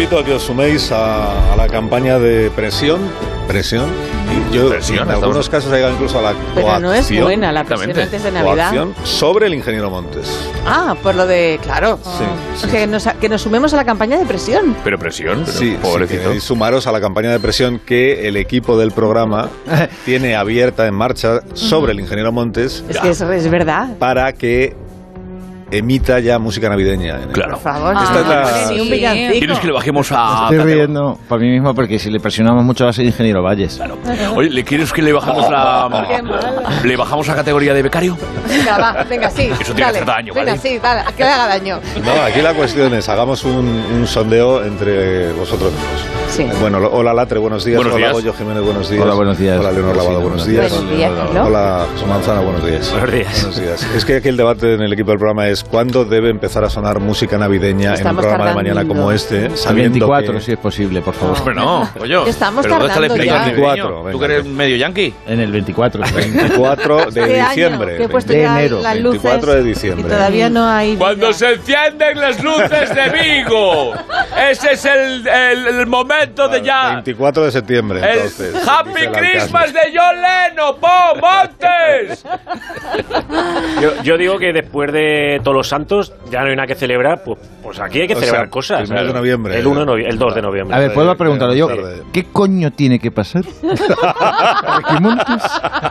invito a que os suméis a la campaña de presión. Y yo, en algunos casos, ha llegado incluso a la coacción. Pero no es buena la presión antes de Navidad. Coacción sobre el ingeniero Montes. Ah, por lo de... Claro. Sí, O sea, que nos sumemos a la campaña de presión. ¿Pero presión? Sí, pobrecito. y sumaros a la campaña de presión que el equipo del programa tiene abierta en marcha sobre el ingeniero Montes. Es que es verdad. Para que emita ya música navideña. Claro. Por favor. Esta es la... Ni un villancico. ¿Quieres que le bajemos a... Estoy riendo por mí mismo porque si le presionamos mucho va a ser ingeniero Valles. Claro. Oye, ¿le quieres que le bajamos ¿Le bajamos la categoría de becario? Venga, sí. Eso tiene que hacer daño, ¿vale? Venga, sí, dale, que le haga daño. No, aquí la cuestión es, hagamos un sondeo entre vosotros mismos. Sí. Bueno, hola Latre, buenos días. Buenos hola días. Goyo Jiménez, buenos días. Hola, buenos días. Hola Leonor Lavado, buenos días. Buenos días, Carlos. Hola José Manzana, buenos días. Buenos días. Buenos días. Es que aquí el debate en el equipo del programa es ¿cuándo debe empezar a sonar música navideña en un programa de mañana como este? El Sabiendo 24, que... si es posible, por favor. Hombre, no, oye. Estamos ¿Pero dónde está el tardando espíritu ya. navideño? 24, ¿Tú que eres medio yankee? En el 24. 24 de ¿Qué año? diciembre. Que he puesto de ya enero. las luces 24 de diciembre. Y todavía no hay... Cuando vida. se encienden las luces de Vigo. Ese es el momento de ya. 24 de septiembre, entonces. El Happy dice el Christmas alcalde. de John Lennon, Montes. Yo digo que después de Todos los Santos ya no hay nada que celebrar, pues aquí hay que O celebrar sea, cosas. el mes de noviembre. El 2 de noviembre. A ver, vuelvo a preguntarlo yo. Tarde. ¿Qué coño tiene que pasar? ¿Para que Montes?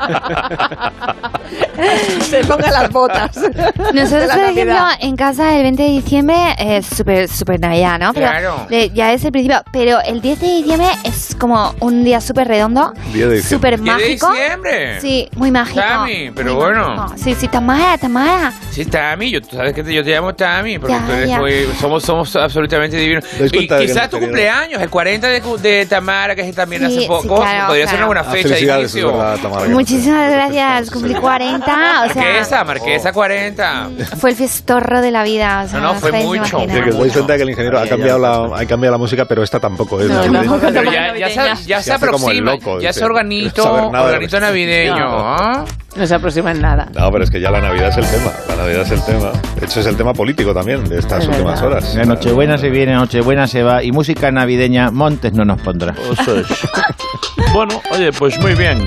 Se ponga las botas. Nosotros, De la por ejemplo, Navidad. en casa el 20 de diciembre es súper Navidad, ¿no? Pero Claro. ya es el principio. Pero el 10 de diciembre es como un día súper redondo, 10 de diciembre. súper 10 de mágico. diciembre. Sí, muy mágico. Tami, pero Muy bueno. mágico. Sí, Tamara. Sí, Tami, tú sabes que yo te llamo Tami, porque Ya, tú eres ya. somos absolutamente divinos. ¿Dais Y cuenta de que quizás no tu querido? cumpleaños, el 40 de Tamara, que también Sí, hace sí, poco, claro, podría ser claro. una buena fecha de Felicidades, es inicio. verdad, Tamara, que Muchísimas nos gracias. Cumplí 40. O sea, Marquesa 40. fue el fiestorro de la vida. O sea, No, fue os podéis mucho. imaginar. Sí, que os dais cuenta que el ingeniero ha cambiado la música, pero esta tampoco es navideña. Pero ya se hace como el aproxima, loco, ya dice, es organito, no saber nada de organito esto. navideño. No. ¿Ah? No se aproxima en nada. No, pero es que ya la Navidad es el tema. La Navidad es el tema. De hecho, es el tema político también de estas Es últimas verdad. horas. La Nochebuena se viene, Nochebuena se va y música navideña Montes no nos pondrá. Eso es. Bueno, oye, pues muy bien.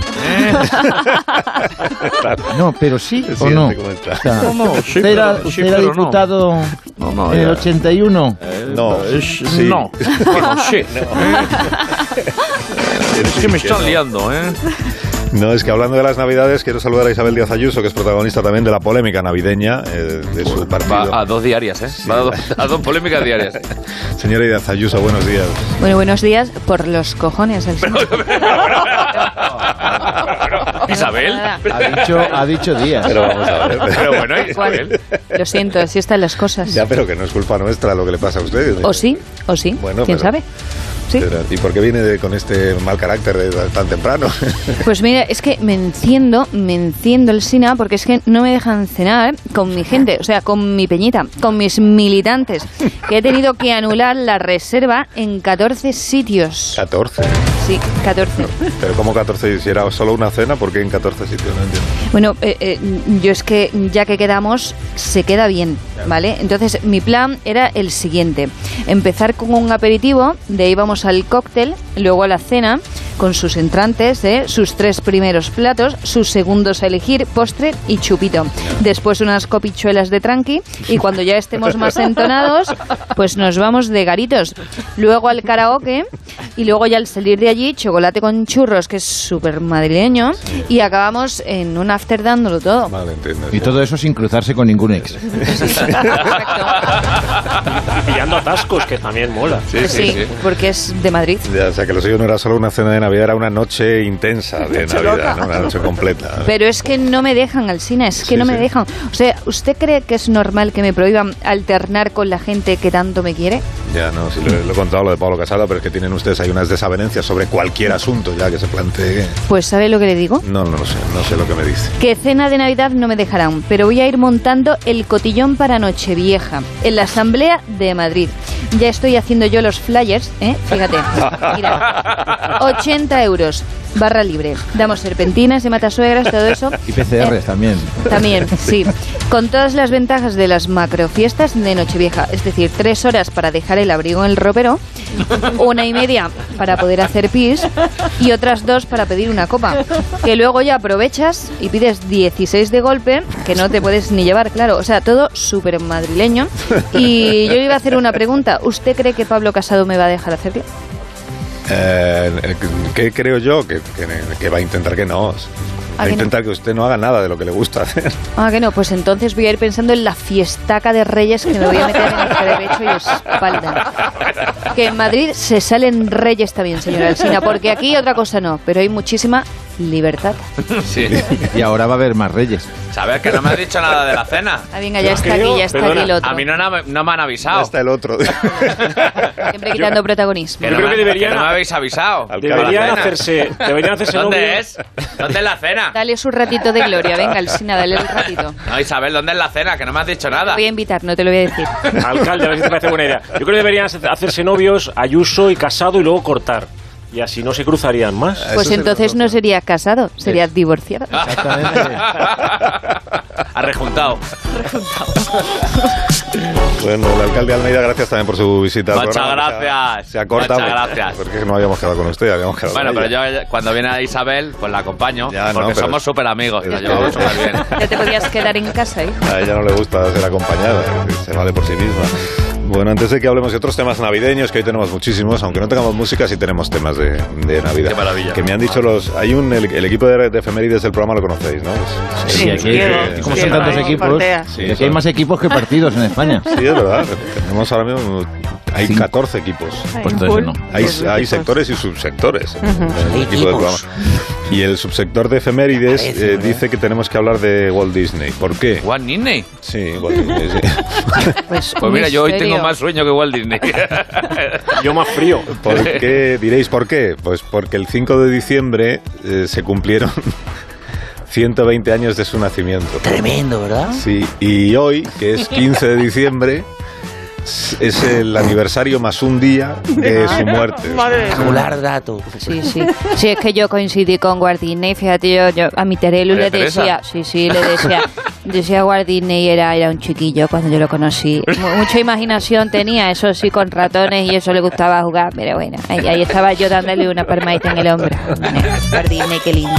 No, pero sí o Presidente, no. ¿cómo está? O sea, No, sí, usted era, pero- sí, usted era pero no. diputado No, en el ya. 81. No, Sí. sí. No. Bueno, sí. Es que me están liando, ¿eh? No, es que hablando de las Navidades, quiero saludar a Isabel Díaz Ayuso, que es protagonista también de la polémica navideña de su partido. Va a 2 diarias, ¿eh? Va a dos polémicas diarias. Señora Díaz Ayuso, buenos días. Bueno, buenos días por los cojones. Isabel. Ha dicho Díaz. Pero vamos a ver. Pero bueno, Isabel. Lo siento, así están las cosas. Ya, pero que no es culpa nuestra lo que le pasa a usted. O sí. Bueno, ¿Quién pero- sabe? Sí. Pero, ¿y por qué viene con este mal carácter tan temprano? Pues mira, es que me enciendo el Sina porque es que no me dejan cenar con mi gente, o sea, con mi peñita, con mis militantes, que he tenido que anular la reserva en 14 sitios. 14. Sí, 14. Pero ¿cómo 14? Si era solo una cena, ¿por qué en 14 sitios? No entiendo. Bueno, yo es que ya que quedamos, se queda bien, ¿vale? Entonces, mi plan era el siguiente. Empezar con un aperitivo, de ahí vamos al cóctel, luego a la cena, con sus entrantes, sus 3 primeros platos, sus segundos a elegir, postre y chupito. Después unas copichuelas de tranqui y cuando ya estemos más entonados, pues nos vamos de garitos. Luego al karaoke y luego ya al salir de allí, chocolate con churros, que es súper madrileño, y acabamos en un after dándolo todo. Vale, entiendo. Y todo eso sin cruzarse con ningún ex. Pillando atascos, que también mola. Sí, porque es de Madrid. Ya, o sea, que lo suyo no era solo una cena de Navidad, era una noche intensa de Navidad, ¿no? Una noche completa. Pero es que no me dejan, Alsina, es que Sí, no me sí. dejan. O sea, ¿usted cree que es normal que me prohíban alternar con la gente que tanto me quiere? Ya, no, sí, lo he contado lo de Pablo Casado, pero es que tienen ustedes ahí unas desavenencias sobre cualquier asunto ya que se plantee. Pues ¿sabe lo que le digo? No sé lo que me dice. Que cena de Navidad no me dejarán, pero voy a ir montando el cotillón para Nochevieja en la Asamblea de Madrid. Ya estoy haciendo yo los flyers, ¿eh? Fíjate. Mira, €40 barra libre. Damos serpentinas de matasuegras, todo eso. Y PCRs también. También, sí. Con todas las ventajas de las macrofiestas de Nochevieja. Es decir, 3 horas para dejar el abrigo en el ropero, 1:30 para poder hacer pis y otras 2 para pedir una copa. Que luego ya aprovechas y pides 16 de golpe, que no te puedes ni llevar, claro. O sea, todo súper madrileño. Y yo le iba a hacer una pregunta. ¿Usted cree que Pablo Casado me va a dejar hacerlo? ¿Qué creo yo? Que va a intentar que no. Va a intentar que usted no haga nada de lo que le gusta hacer. Ah, que no, pues entonces voy a ir pensando en la fiestaca de Reyes que me voy a meter entre pecho y espalda. Que en Madrid se salen Reyes también, señora Alsina, porque aquí otra cosa no, pero hay muchísima libertad. Sí. Y ahora va a haber más reyes. ¿Sabes que no me has dicho nada de la cena? Ah, venga, ya está aquí, ya está aquí el otro. A mí no me han avisado. Ya está el otro. Siempre quitando protagonismo. Yo creo que no me habéis avisado. Deberían hacerse ¿Dónde novios. es? ¿Dónde es la cena? Dale su ratito de gloria, venga, Alsina, dale el ratito. No, Isabel, ¿dónde es la cena? Que no me has dicho nada. Te voy a invitar, no te lo voy a decir. Alcalde, a ver si te parece buena idea. Yo creo que deberían hacerse novios Ayuso y Casado y luego cortar. Y así no se cruzarían más. Pues entonces no sería casado, sería divorciado. Exactamente. Ha rejuntado. Bueno, el alcalde de Almeida, gracias también por su visita. al Muchas programa. gracias. Se ha cortado. Muchas gracias. Porque no habíamos quedado con usted, habíamos quedado Bueno, con pero ella. yo cuando viene Isabel, pues la acompaño. Ya, no, porque pero- somos súper amigos. Nos pero- llevamos súper bien. Ya te podías quedar en casa, ¿eh? A ella no le gusta ser acompañada, se vale por sí misma. Bueno, antes de que hablemos de otros temas navideños, que hoy tenemos muchísimos, aunque no tengamos música, sí tenemos temas de Navidad. Qué maravilla. Que me han dicho el equipo de efemérides del programa, lo conocéis, ¿no? Sí, aquí, como son tantos equipos, Sí, y aquí hay más equipos que partidos en España. Sí, es verdad. Tenemos ahora mismo, hay 14 equipos. Pues entonces no. Hay sectores y subsectores en el equipo del programa. Y el subsector de efemérides dice que tenemos que hablar de Walt Disney. ¿Por qué? ¿Walt Disney? Sí, Walt Disney, sí. Pues Mira, yo hoy misterio. tengo más sueño que Walt Disney. Yo más frío. ¿Por qué? Diréis, ¿por qué? Pues porque el 5 de diciembre se cumplieron 120 años de su nacimiento. Tremendo, ¿verdad? Sí, y hoy, que es 15 de diciembre, es el aniversario más un día de su muerte. Regular dato. Sí, sí. Sí, es que yo coincidí con Walt Disney. Fíjate, yo a mi Terelu María le Teresa. decía, le decía Walt Disney era un chiquillo cuando yo lo conocí. Mucha imaginación tenía, eso sí, con ratones y eso le gustaba jugar. Pero bueno, ahí estaba yo dándole una palmadita en el hombro. Walt Disney, qué lindo.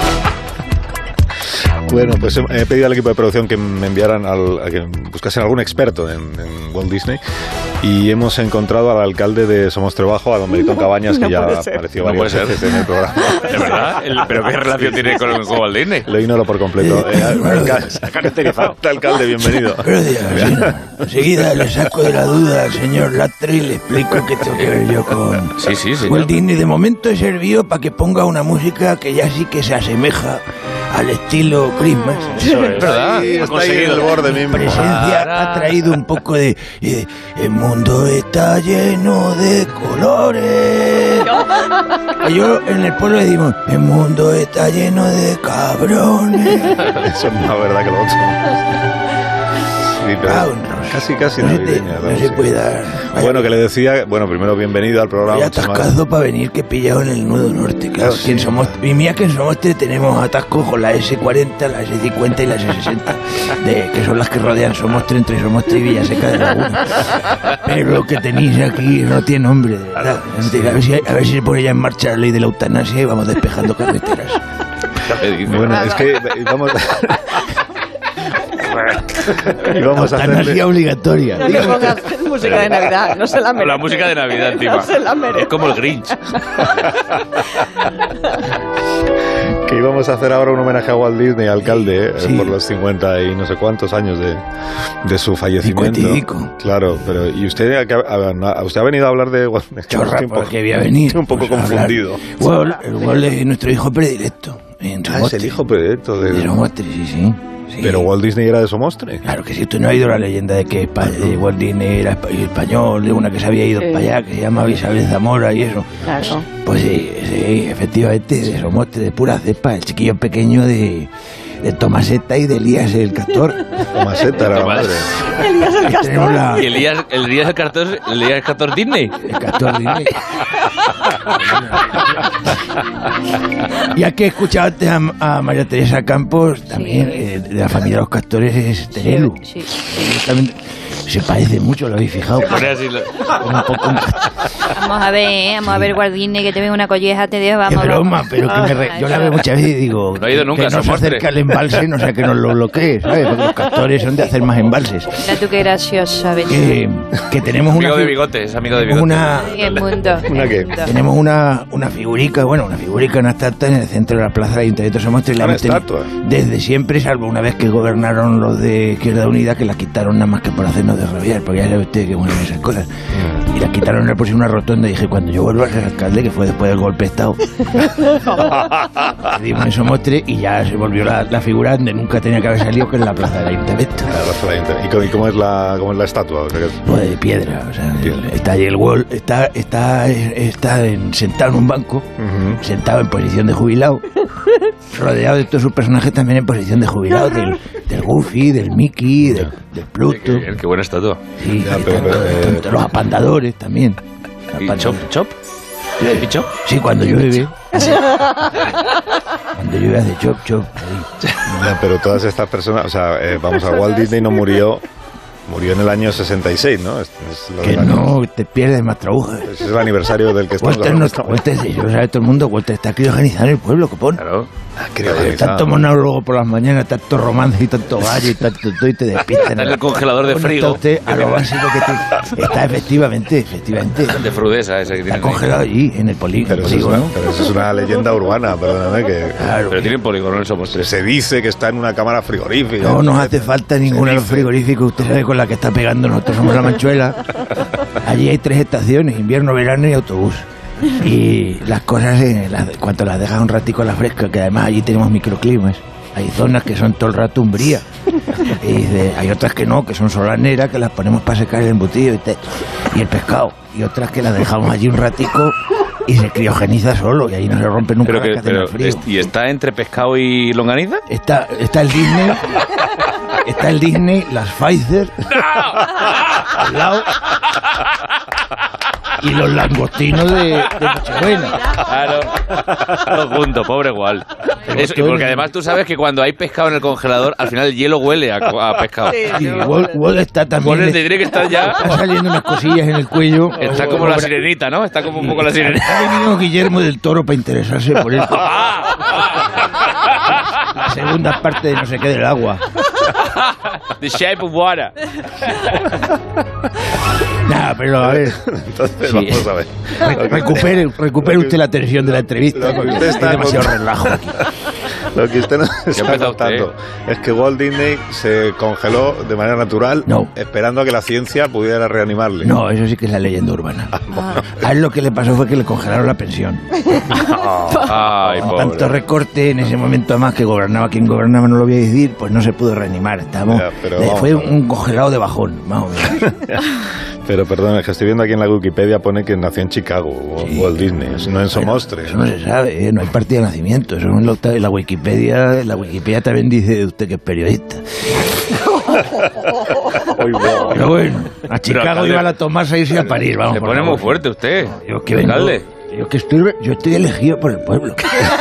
Bueno, pues he pedido al equipo de producción que me enviaran a que buscasen algún experto en Walt Disney y hemos encontrado al alcalde de Somos-Trebajo, a don Melitón Cabañas, que ya apareció No varias puede veces en el programa. ¿De verdad? ¿Pero qué relación tiene con Walt Disney? Lo ignoro por completo. Caracterizado. Alcalde, bienvenido. Buenos días, vecino. Enseguida le saco de la duda al señor Latre y le explico qué tengo que ver yo con Sí, señor. Walt Disney. De momento he servido para que ponga una música que ya sí que se asemeja al estilo Christmas. Eso es. ¿Verdad? Sí, está ahí en el borde mismo. Presencia ha traído un poco de el mundo está lleno de colores. Yo en el pueblo decimos el mundo está lleno de cabrones. Eso es más verdad que lo otro. Sí, pero Vámonos. casi No se, navideña. no se puede dar. Vaya, Bueno, que le decía, primero bienvenido al programa. vaya muchísimas- atascazo para venir que he pillado en el nudo norte. Claro, Sí. que en Somostre, y mira que en Somostre tenemos atascos con la S40, la S50 y la S60, que son las que rodean Somostre entre Somostre y Villaseca de Laguna. Pero lo que tenéis aquí no tiene nombre, de verdad. A ver si se pone ya en marcha la ley de la eutanasia y vamos despejando carreteras. Bueno, es que vamos... y vamos a hacerle... Eutanasia obligatoria. No le pongas música de Navidad, no se la Con la merece. música de Navidad encima. No se la merece. Es como el Grinch. Que íbamos a hacer ahora un homenaje a Walt Disney, alcalde, Sí. por los 50 y no sé cuántos años de su fallecimiento. 50 y pico. Claro, pero ¿y usted usted ha venido a hablar de Walt Disney? Chorra, Estoy un poco- porque había venido. estoy un poco Pues, a hablar. confundido. El Walt es nuestro hijo predilecto. En Ah, es Somostre. el hijo predilecto De de... Somostre, sí. Sí. Pero Walt Disney era de Somostre. Claro que si tú no has oído la leyenda de que Walt Disney era español, de una que se había ido para allá, que se llamaba Isabel Zamora y eso. Claro. Pues sí, efectivamente, de Somostre, de pura cepa, el chiquillo pequeño de de Tomaseta y de Elías el Castor. Tomaseta era la madre. Elías el Castor. ¿Y Elías el Castor Disney? El Castor Disney. Ya que he escuchado antes a María Teresa Campos, también de la familia de los Castores es Terelu. Sí. También se parece mucho, ¿lo habéis fijado? Un poco Vamos a ver, Walt Disney, que te veo una colleja, te dejo, vamos. es broma, pero que yo la veo muchas veces y digo no ha ido nunca, que no se acerque al embalse, no sea que nos lo bloquee, ¿sabes? Porque los Castores son de hacer más embalses. Mira tú qué graciosa, Que tenemos una... Amigo de bigote, es amigo de bigote. el mundo. ¿Una qué? Tenemos una figurica, una estatua en el centro de la plaza del Ayuntamiento de Somostre. Una estatua. Desde siempre, salvo una vez que gobernaron los de Izquierda Unida, que la quitaron nada más que por hacernos de rabiar, porque ya sabe usted que bueno esas cosas. Y la quitaron, le pusieron una rotonda y dije, cuando yo vuelva a ser alcalde, que fue después del golpe de Estado, dimos en Somostre y ya se volvió la figura donde nunca tenía que haber salido, que es la plaza del Ayuntamiento. ¿Y cómo es la estatua? O sea, Pues de piedra, o sea, piedra. está ahí el wall, está sentado en un banco, sentado en posición de jubilado, rodeado de todos sus personajes también en posición de jubilado, del Goofy, del Mickey, del Pluto. Qué buena estatua. Sí, Ya, pero, los apandadores también. ¿Y Chop? ¿Y Chop? Sí, cuando llueve. Cuando llueve hace chop. Ahí. Ya, pero todas estas personas, o sea, vamos a Walt Disney no murió en el año 66, ¿no? Es lo Que del año- no te pierdes más trabajo. Es el aniversario del que estamos Walter, yo lo sabe todo el mundo, Walter está criogenizado en el pueblo, copón. Claro. Tanto monólogo por las mañanas, tanto romance y tanto gallo y tanto todo y te despistan. Está en el congelador de frigo. Usted a lo básico que está efectivamente. De Frudesa ese que tiene. Está congelado allí, en el polígono. Pero eso es una leyenda urbana, perdóname, que Claro. Pero tiene polígono en Somostre. se dice que está en una cámara frigorífica. No nos hace falta ninguno de los frigoríficos. Usted sabe con la que está pegando. Nosotros somos la Manchuela. Allí hay 3 estaciones: invierno, verano y autobús. Y las cosas, cuando las dejas un ratico a la fresca, que además allí tenemos microclimas. Hay zonas que son todo el rato umbría. Y hay otras que no, que son solaneras, que las ponemos para secar el embutido y el pescado. Y otras que las dejamos allí un ratico y se criogeniza solo. Y ahí no se rompe nunca las que hacen el frío. ¿Y está entre pescado y longaniza? Está el Disney. Está el Disney, las Pfizer. Al lado. Y los langostinos de Nochebuena. Claro. Todo junto, pobre igual. Porque además tú sabes que cuando hay pescado en el congelador, al final el hielo huele a pescado. Y Wall está también. Wall tiene que estar ya. Está saliendo unas cosillas en el cuello. Está como la sirenita, ¿no? Está como un poco la sirenita. Ha venido Guillermo del Toro para interesarse por él. La segunda parte de no sé qué del agua. The Shape of Water. Nada, pero a ver. Entonces, Sí. vamos a ver. Recupere usted la atención de la entrevista. Lo que Porque usted está hay demasiado con- relajo aquí. Lo que usted no está empezado contando es que Walt Disney se congeló de manera natural, No. esperando a que la ciencia pudiera reanimarle. No, eso sí que es la leyenda urbana. A él lo que le pasó fue que le congelaron la pensión. Ay, Con pobre. tanto recorte en ese momento, además que gobernaba quien gobernaba, no lo voy a decir, pues no se pudo reanimar. Ya, pero vamos, fue vamos. un congelado de bajón, más o menos. Pero perdón, es que estoy viendo aquí en la Wikipedia pone que nació en Chicago, Sí. Walt Disney, no en Somostre. Eso no se sabe, ¿eh? No hay partida de nacimiento. Eso en la Wikipedia. La Wikipedia también dice de usted que es periodista. Pero bueno, a Chicago alcalde, iba la Tomasa a irse a París. Vamos, Se por pone favor. muy fuerte usted. Yo que vengo, Alcalde. yo estoy elegido por el pueblo.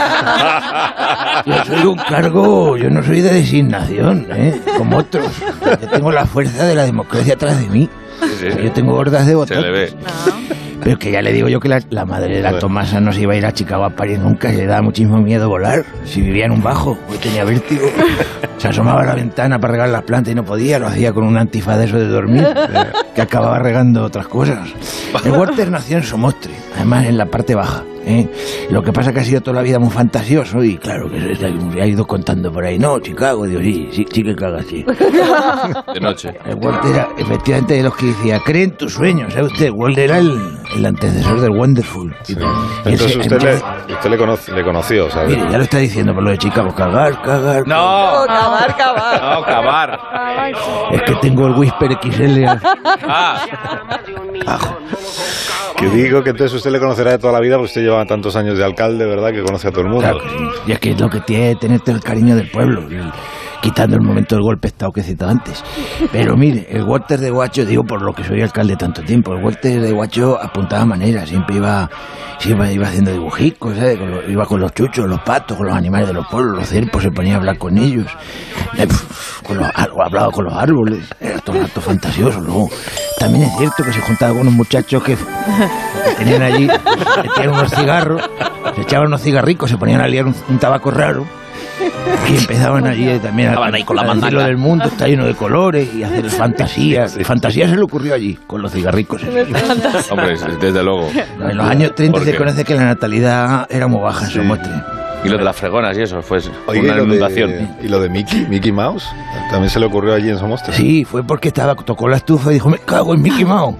Yo soy un cargo, yo no soy de designación, como otros. Yo tengo la fuerza de la democracia atrás de mí. Sí. Yo tengo hordas de Se votantes. le ve. Pero que ya le digo yo que la madre de la Tomasa no se iba a ir a Chicago a París nunca, le daba muchísimo miedo volar. Si vivía en un bajo, hoy tenía vértigo. Se asomaba a la ventana para regar las plantas y no podía, lo hacía con un antifaz de eso de dormir, que acababa regando otras cosas. El Walter nació en Somostre, además en la parte baja. Lo que pasa que ha sido toda la vida muy fantasioso y claro, que se ha ido contando por ahí. No, Chicago, digo, sí que caga, sí. De noche. El Walter era efectivamente de los que decía, cree en tus sueños, ¿sabe usted? Walter era el antecesor del Wonderful. Y Entonces ese- usted le conoció, ¿sabes? Mire, ya lo está diciendo por lo de Chicago, cagar. No, Cavar. no, cavar. Es que tengo el Whisper XL. Ah, Ajo. Que digo que entonces usted le conocerá de toda la vida, porque usted lleva tantos años de alcalde, ¿verdad? Que conoce a todo el mundo. Claro que sí. Y es que es lo que tiene tenerte el cariño del pueblo, quitando el momento del golpe de Estado que he citado antes. Pero mire, el Walter de Guacho, digo por lo que soy alcalde tanto tiempo, el Walter de Guacho apuntaba maneras, siempre iba haciendo dibujicos, ¿sabes? Iba con los chuchos, los patos, con los animales de los pueblos, los cerpos, se ponía a hablar con ellos, hablaba con los árboles, era todo un acto fantasioso. Luego, también es cierto que se juntaba con unos muchachos que tenían allí, metían unos cigarros, se echaban unos cigarricos, se ponían a liar un tabaco raro, y empezaban allí también a decir lo del mundo está lleno de colores y hacer fantasías. Fantasía se le ocurrió allí, con los cigarricos. Hombre, desde luego. En los años 30 se conoce que la natalidad era muy baja en Somostre. Y lo de las fregonas y eso, fue Oiga, una inundación. ¿Y lo de Mickey Mouse? ¿También se le ocurrió allí en Somostre? Sí, fue porque tocó la estufa y dijo, me cago en Mickey Mouse.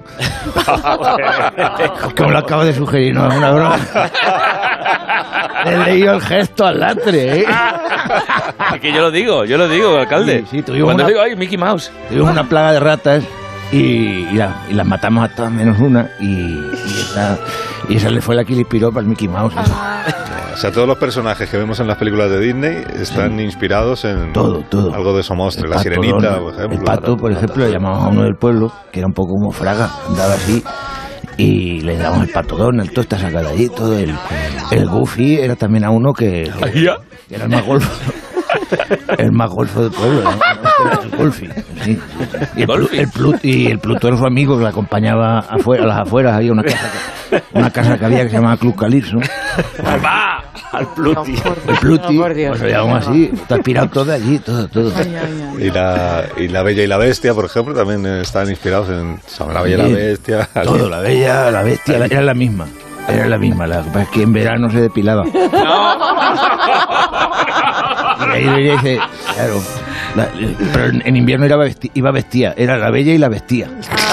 Como lo acabo de sugerir, no es una broma. Le he leído el gesto al latre, ¿eh? Que yo lo digo, alcalde. Sí, cuando digo, ay, Mickey Mouse. Tuvimos una plaga de ratas y las matamos a todas menos una y esa le fue la que le inspiró para el Mickey Mouse. O sea, todos los personajes que vemos en las películas de Disney están inspirados en todo. Algo de Somostre. La Sirenita, por ejemplo. El pato, por ejemplo, le llamamos a uno del pueblo, que era un poco como Fraga, andaba así, y le damos el pato Donald, todo está sacado allí, todo el Goofy era también a uno que era el más golfo. El más golfo del pueblo, ¿no? El Golfi. Sí. Y el Pluto era su amigo que le acompañaba a las afueras. Había una casa que había que se llamaba Club Calipso. Al Pluti. El Pluti, pues lo llamamos así. Está inspirado todo allí, todo. Y la Bella y la Bestia, por ejemplo, también están inspirados en La Bella y la Bestia. Todo, la Bella, la Bestia, era la misma. Era la misma, la que pasa es que en verano se depilaba. Y ahí dice, claro, pero en invierno iba vestida, era la Bella y la Bestia.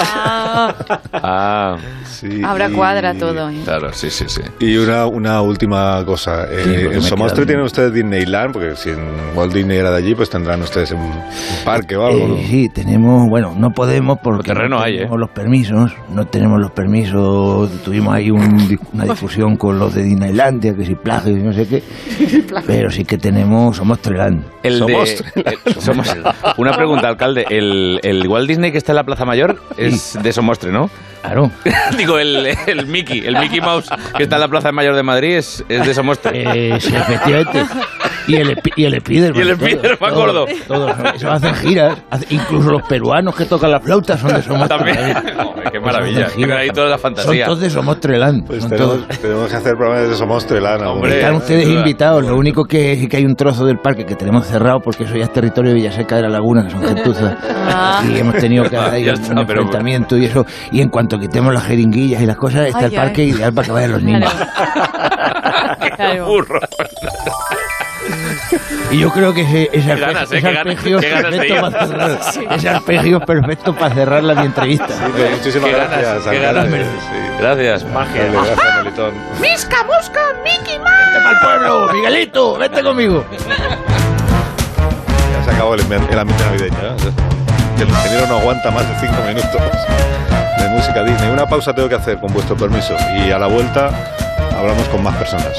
Sí, ahora cuadra todo. Claro, sí. Y una última cosa. En Somostre tienen ustedes Disneyland, porque si en Walt Disney era de allí, pues tendrán ustedes un parque o algo, ¿no? Sí, tenemos, bueno, no podemos porque terreno no tenemos los permisos, tuvimos ahí una discusión con los de Disneylandia, que si plagio y no sé qué, pero sí que tenemos Somostreland. Una pregunta, alcalde, el Walt Disney que está en la Plaza Mayor es de Somostre, ¿no? Claro. Digo, el Mickey Mouse que está en la Plaza Mayor de Madrid es de Somostre. Sí, efectivamente. Y el Spiderman. Y el Spiderman, me acuerdo. Todos hacen giras. Incluso los peruanos que tocan la flauta son de Somostre. También. Qué maravilla. Que ahí toda la fantasía. Son todos de Somostreland. Pues tenemos que hacer programas de Somostreland. Hombre, están ustedes invitados. Lo único que es que hay un trozo del parque que tenemos cerrado porque eso ya es territorio de Villaseca de la Laguna, que son gentuzas. Y hemos tenido que hacer ahí un enfrentamiento y eso. Y en cuanto quitemos las jeringuillas y las cosas, está el parque ideal para que vayan los niños. Claro. Burro. Y yo creo que ese arpegio es perfecto para cerrar mi entrevista. Muchísimas gracias. Gracias. Magia. Gracias, Melitón. ¡Misca, busca, Mickey Mouse! ¡Vete para el pueblo! ¡Miguelito, vete conmigo! Ya se acabó el ambiente navideño, ¿eh? El ingeniero no aguanta más de 5 minutos de música Disney. Una pausa tengo que hacer, con vuestro permiso. Y a la vuelta hablamos con más personas.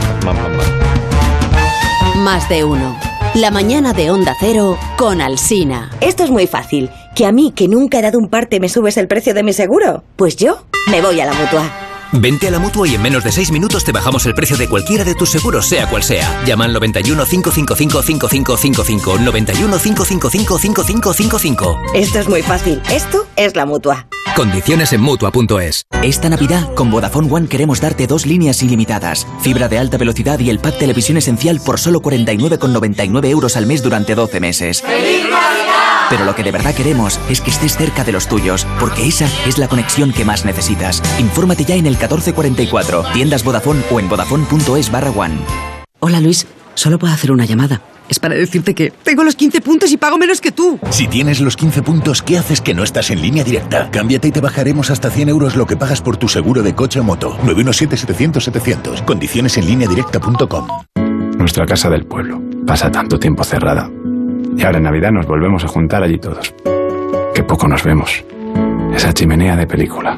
Más de uno. La mañana de Onda Cero con Alsina. Esto es muy fácil. ¿Que a mí, que nunca he dado un parte, me subes el precio de mi seguro? Pues yo me voy a la Mutua. Vente a la Mutua y en menos de 6 minutos te bajamos el precio de cualquiera de tus seguros, sea cual sea. Llama al 91 555 5555. 91 555 5555. Esto es muy fácil. Esto es la Mutua. Condiciones en Mutua.es. Esta Navidad, con Vodafone One queremos darte 2 líneas ilimitadas, fibra de alta velocidad y el pack televisión esencial por solo 49,99 euros al mes durante 12 meses. ¡Feliz Navidad! Pero lo que de verdad queremos es que estés cerca de los tuyos, porque esa es la conexión que más necesitas. Infórmate ya en el 1444, tiendas Vodafone o en vodafone.es/one. Hola Luis, solo puedo hacer una llamada. Es para decirte que tengo los 15 puntos y pago menos que tú. Si tienes los 15 puntos, ¿qué haces que no estás en Línea Directa? Cámbiate y te bajaremos hasta 100 euros lo que pagas por tu seguro de coche o moto. 917-700-700. Condiciones en lineadirecta.com. Nuestra casa del pueblo pasa tanto tiempo cerrada. Y ahora en Navidad nos volvemos a juntar allí todos. Qué poco nos vemos. Esa chimenea de película.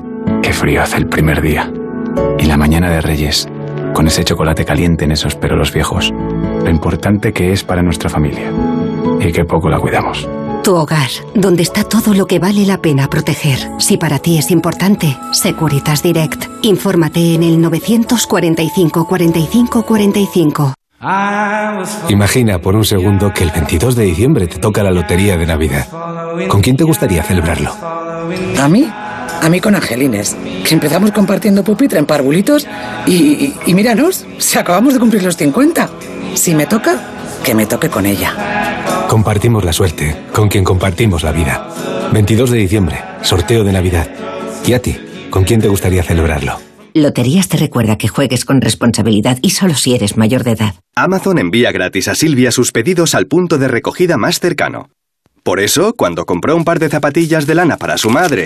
Qué frío hace el primer día. Y la mañana de Reyes, con ese chocolate caliente en esos perolos viejos. Lo importante que es para nuestra familia. Y qué poco la cuidamos. Tu hogar, donde está todo lo que vale la pena proteger. Si para ti es importante, Securitas Direct. Infórmate en el 945 45 45. Imagina por un segundo que el 22 de diciembre te toca la lotería de Navidad. ¿Con quién te gustaría celebrarlo? ¿A mí? A mí con Angelines, que empezamos compartiendo pupitre en parvulitos y míranos, si acabamos de cumplir los 50. Si me toca, que me toque con ella. Compartimos la suerte, con quien compartimos la vida. 22 de diciembre, sorteo de Navidad. ¿Y a ti? ¿Con quién te gustaría celebrarlo? Loterías te recuerda que juegues con responsabilidad y solo si eres mayor de edad. Amazon envía gratis a Silvia sus pedidos al punto de recogida más cercano. Por eso, cuando compró un par de zapatillas de lana para su madre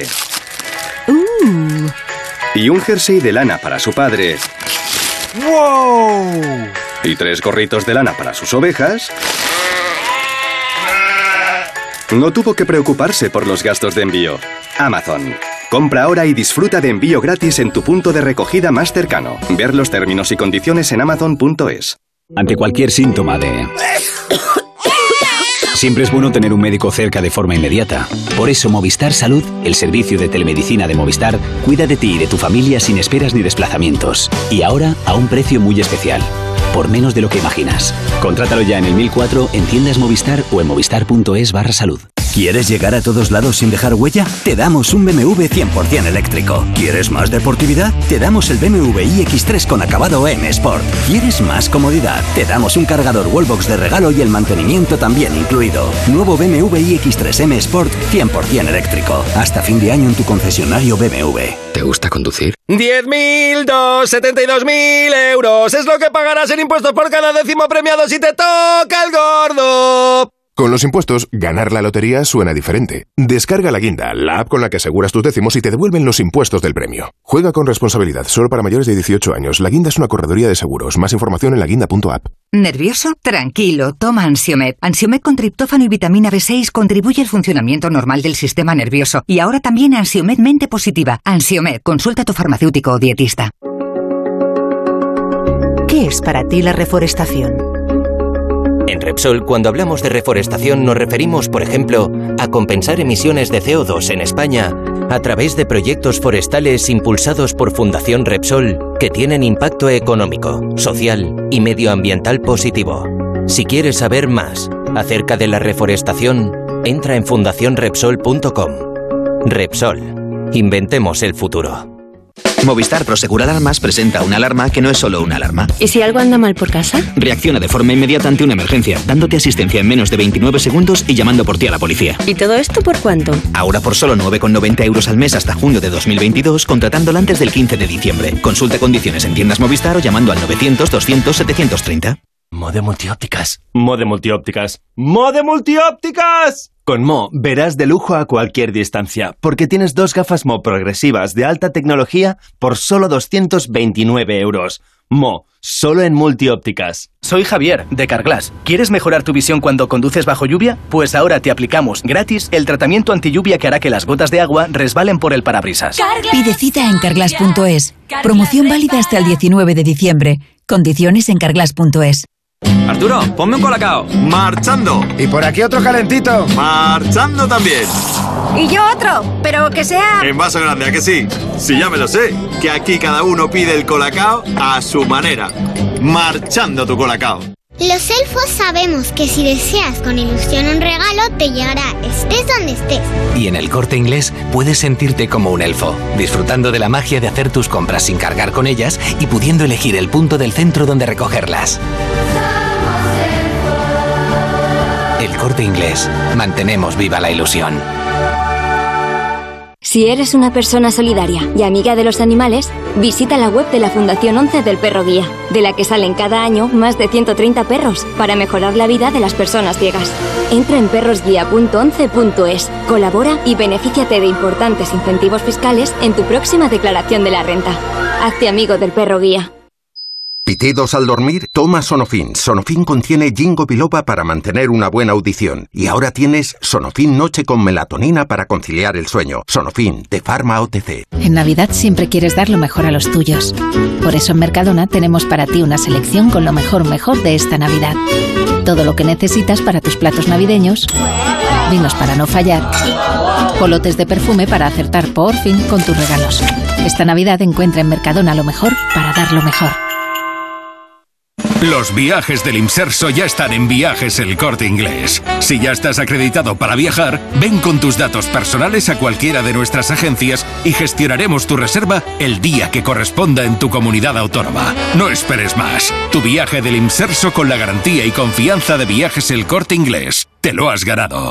y un jersey de lana para su padre y 3 gorritos de lana para sus ovejas, no tuvo que preocuparse por los gastos de envío. Amazon. Compra ahora y disfruta de envío gratis en tu punto de recogida más cercano. Ver los términos y condiciones en amazon.es. Ante cualquier síntoma de... Siempre es bueno tener un médico cerca de forma inmediata. Por eso Movistar Salud, el servicio de telemedicina de Movistar, cuida de ti y de tu familia sin esperas ni desplazamientos. Y ahora a un precio muy especial. Por menos de lo que imaginas. Contrátalo ya en el 1004, en tiendas Movistar o en movistar.es/salud. ¿Quieres llegar a todos lados sin dejar huella? Te damos un BMW 100% eléctrico. ¿Quieres más deportividad? Te damos el BMW iX3 con acabado M Sport. ¿Quieres más comodidad? Te damos un cargador Wallbox de regalo y el mantenimiento también incluido. Nuevo BMW iX3 M Sport 100% eléctrico. Hasta fin de año en tu concesionario BMW. ¿Te gusta conducir? 10.272.000 euros es lo que pagarás en impuestos por cada décimo premiado si te toca el gordo. Con los impuestos, ganar la lotería suena diferente. Descarga La Guinda, la app con la que aseguras tus décimos y te devuelven los impuestos del premio. Juega con responsabilidad, solo para mayores de 18 años. La Guinda es una correduría de seguros. Más información en laguinda.app. ¿Nervioso? Tranquilo, toma Ansiomed. Ansiomed con triptófano y vitamina B6 contribuye al funcionamiento normal del sistema nervioso. Y ahora también Ansiomed Mente Positiva. Ansiomed, consulta a tu farmacéutico o dietista. ¿Qué es para ti la reforestación? En Repsol, cuando hablamos de reforestación, nos referimos, por ejemplo, a compensar emisiones de CO2 en España a través de proyectos forestales impulsados por Fundación Repsol que tienen impacto económico, social y medioambiental positivo. Si quieres saber más acerca de la reforestación, entra en fundacionrepsol.com. Repsol. Inventemos el futuro. Movistar Prosegur Alarmas presenta una alarma que no es solo una alarma. ¿Y si algo anda mal por casa? Reacciona de forma inmediata ante una emergencia, dándote asistencia en menos de 29 segundos y llamando por ti a la policía. ¿Y todo esto por cuánto? Ahora por solo 9,90 euros al mes hasta junio de 2022, contratándola antes del 15 de diciembre. Consulta condiciones en tiendas Movistar o llamando al 900-200-730. Mode Multiópticas. Mode Multiópticas. ¡Mode Multiópticas! Con Mo verás de lujo a cualquier distancia, porque tienes 2 gafas Mo progresivas de alta tecnología por solo 229 euros. Mo, solo en Multiópticas. Soy Javier, de Carglass. ¿Quieres mejorar tu visión cuando conduces bajo lluvia? Pues ahora te aplicamos gratis el tratamiento antilluvia que hará que las gotas de agua resbalen por el parabrisas. Pide cita en carglass.es. Promoción válida hasta el 19 de diciembre. Condiciones en carglass.es. Arturo, ponme un colacao. Marchando. Y por aquí otro calentito. Marchando también. Y yo otro, pero que sea... En vaso grande, ¿a que sí? Sí, ya me lo sé. Que aquí cada uno pide el colacao a su manera. Marchando tu colacao. Los elfos sabemos que si deseas con ilusión un regalo, te llegará estés donde estés. Y en el Corte Inglés puedes sentirte como un elfo, disfrutando de la magia de hacer tus compras sin cargar con ellas y pudiendo elegir el punto del centro donde recogerlas. El Corte Inglés. Mantenemos viva la ilusión. Si eres una persona solidaria y amiga de los animales, visita la web de la Fundación 11 del Perro Guía, de la que salen cada año más de 130 perros para mejorar la vida de las personas ciegas. Entra en perrosguía.11.es, colabora y benefíciate de importantes incentivos fiscales en tu próxima declaración de la renta. Hazte amigo del Perro Guía. ¿Pitidos al dormir? Toma Sonofin. Sonofin contiene ginkgo biloba para mantener una buena audición. Y ahora tienes Sonofin Noche con melatonina para conciliar el sueño. Sonofin, de Pharma OTC. En Navidad siempre quieres dar lo mejor a los tuyos. Por eso en Mercadona tenemos para ti una selección con lo mejor de esta Navidad. Todo lo que necesitas para tus platos navideños, vinos para no fallar, o lotes de perfume para acertar por fin con tus regalos. Esta Navidad encuentra en Mercadona lo mejor para dar lo mejor. Los viajes del Imserso ya están en Viajes El Corte Inglés. Si ya estás acreditado para viajar, ven con tus datos personales a cualquiera de nuestras agencias y gestionaremos tu reserva el día que corresponda en tu comunidad autónoma. No esperes más. Tu viaje del Imserso con la garantía y confianza de Viajes El Corte Inglés. Te lo has ganado.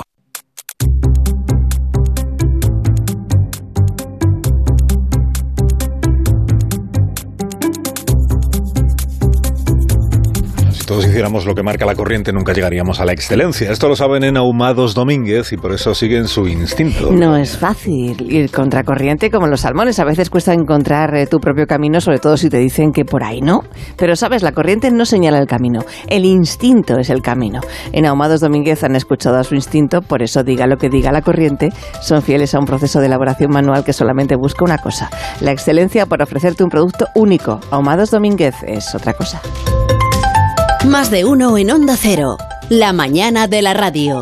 Todos hiciéramos lo que marca la corriente, nunca llegaríamos a la excelencia. Esto lo saben en Ahumados Domínguez y por eso siguen su instinto. No es fácil ir contracorriente como los salmones. A veces cuesta encontrar tu propio camino, sobre todo si te dicen que por ahí no. Pero sabes, la corriente no señala el camino. El instinto es el camino. En Ahumados Domínguez han escuchado a su instinto, por eso diga lo que diga la corriente, son fieles a un proceso de elaboración manual que solamente busca una cosa: la excelencia por ofrecerte un producto único. Ahumados Domínguez es otra cosa. Más de uno en Onda Cero, la mañana de la radio.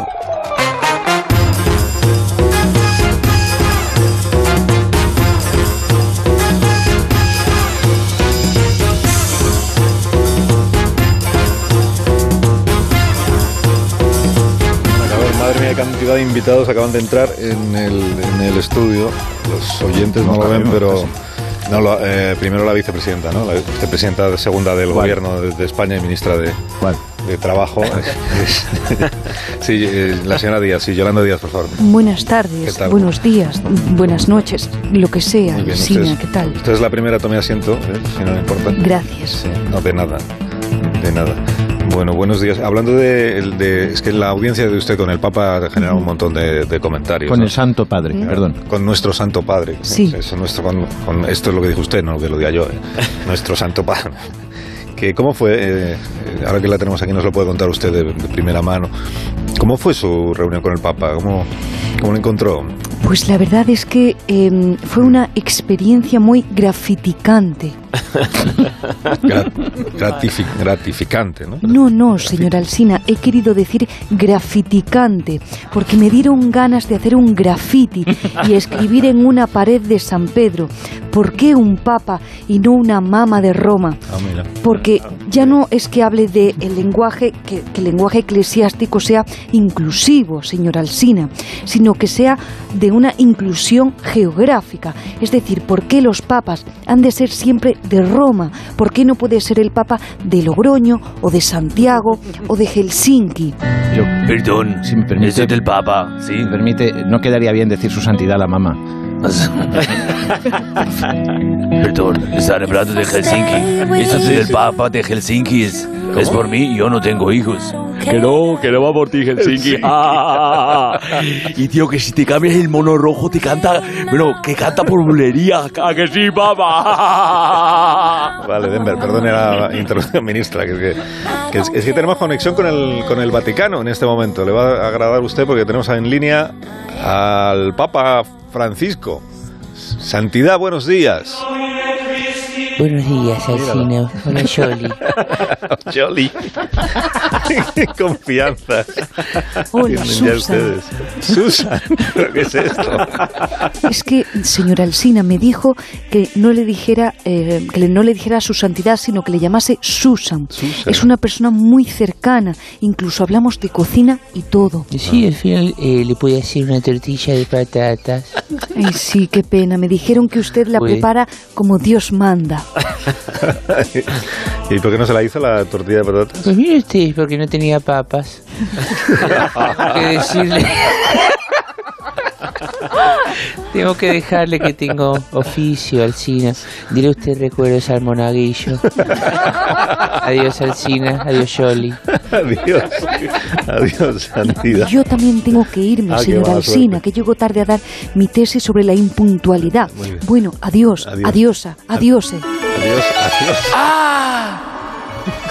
Madre mía, cantidad de invitados acaban de entrar en el estudio. Los oyentes no lo ven, pero... No, primero la vicepresidenta, ¿no? La vicepresidenta segunda del gobierno de España y ministra de Trabajo. Sí, la señora Díaz, sí, Yolanda Díaz, por favor. Buenas tardes, buenos días, buenas noches, lo que sea. Muy bien, Sina, ¿qué tal? Usted es la primera, tome asiento, si no le importa. Gracias. Sí, no, de nada. Bueno, buenos días. Hablando es que la audiencia de usted con el Papa ha generado un montón de comentarios. Con el Santo Padre, perdón. Con nuestro Santo Padre. Sí. Esto es lo que dijo usted, no lo que lo diga yo. Nuestro Santo Padre. ¿Cómo fue, ahora que la tenemos aquí, nos lo puede contar usted de primera mano, cómo fue su reunión con el Papa? ¿Cómo lo encontró? Pues la verdad es que fue una experiencia muy gratificante. Gratificante, ¿no? No, señora Alsina, he querido decir grafiticante, porque me dieron ganas de hacer un grafiti y escribir en una pared de San Pedro: ¿por qué un papa y no una mama de Roma? Mira. Porque ya no es que hable de el lenguaje, que el lenguaje eclesiástico sea inclusivo, señora Alsina, sino que sea de una inclusión geográfica. Es decir, ¿por qué los papas han de ser siempre de Roma? ¿Por qué no puede ser el Papa de Logroño o de Santiago o de Helsinki? Perdón, si me permite, eso del Papa, sí. Me permite, no quedaría bien decir su santidad la mamá. Perdón, están hablando de Helsinki. Eso del Papa de Helsinki es por mí, yo no tengo hijos. Que no va por ti, Helsinki. Y tío, que si te cambias el mono rojo te canta, que canta por bulería. ¿A que sí, papá? Vale, Denver, perdone la interrupción, ministra, es que tenemos conexión con el Vaticano en este momento. Le va a agradar a usted porque tenemos en línea al Papa Francisco. Santidad, buenos días. Buenos días, Alsina. Hola, Jolly. Jolly. Qué confianza. Hola, Susan. Susan, ¿qué es esto? Es que, señora Alsina, me dijo que no le dijera a su santidad, sino que le llamase Susan. Es una persona muy cercana. Incluso hablamos de cocina y todo. Sí, al final le puede hacer una tortilla de patatas. Ay, sí, qué pena. Me dijeron que usted la prepara como Dios manda. ¿Y por qué no se la hizo la tortilla de patatas? Pues mire usted, porque no tenía papas. Tengo que dejarle que tengo oficio, Alsina. Dile usted recuerdos al monaguillo. Adiós, Alsina. Adiós, Jolly. Adiós, santidad. Yo también tengo que irme, señora Alsina, que llego tarde a dar mi tesis sobre la impuntualidad. Bueno, adiós. Adiós. Adiós. ¡Ah!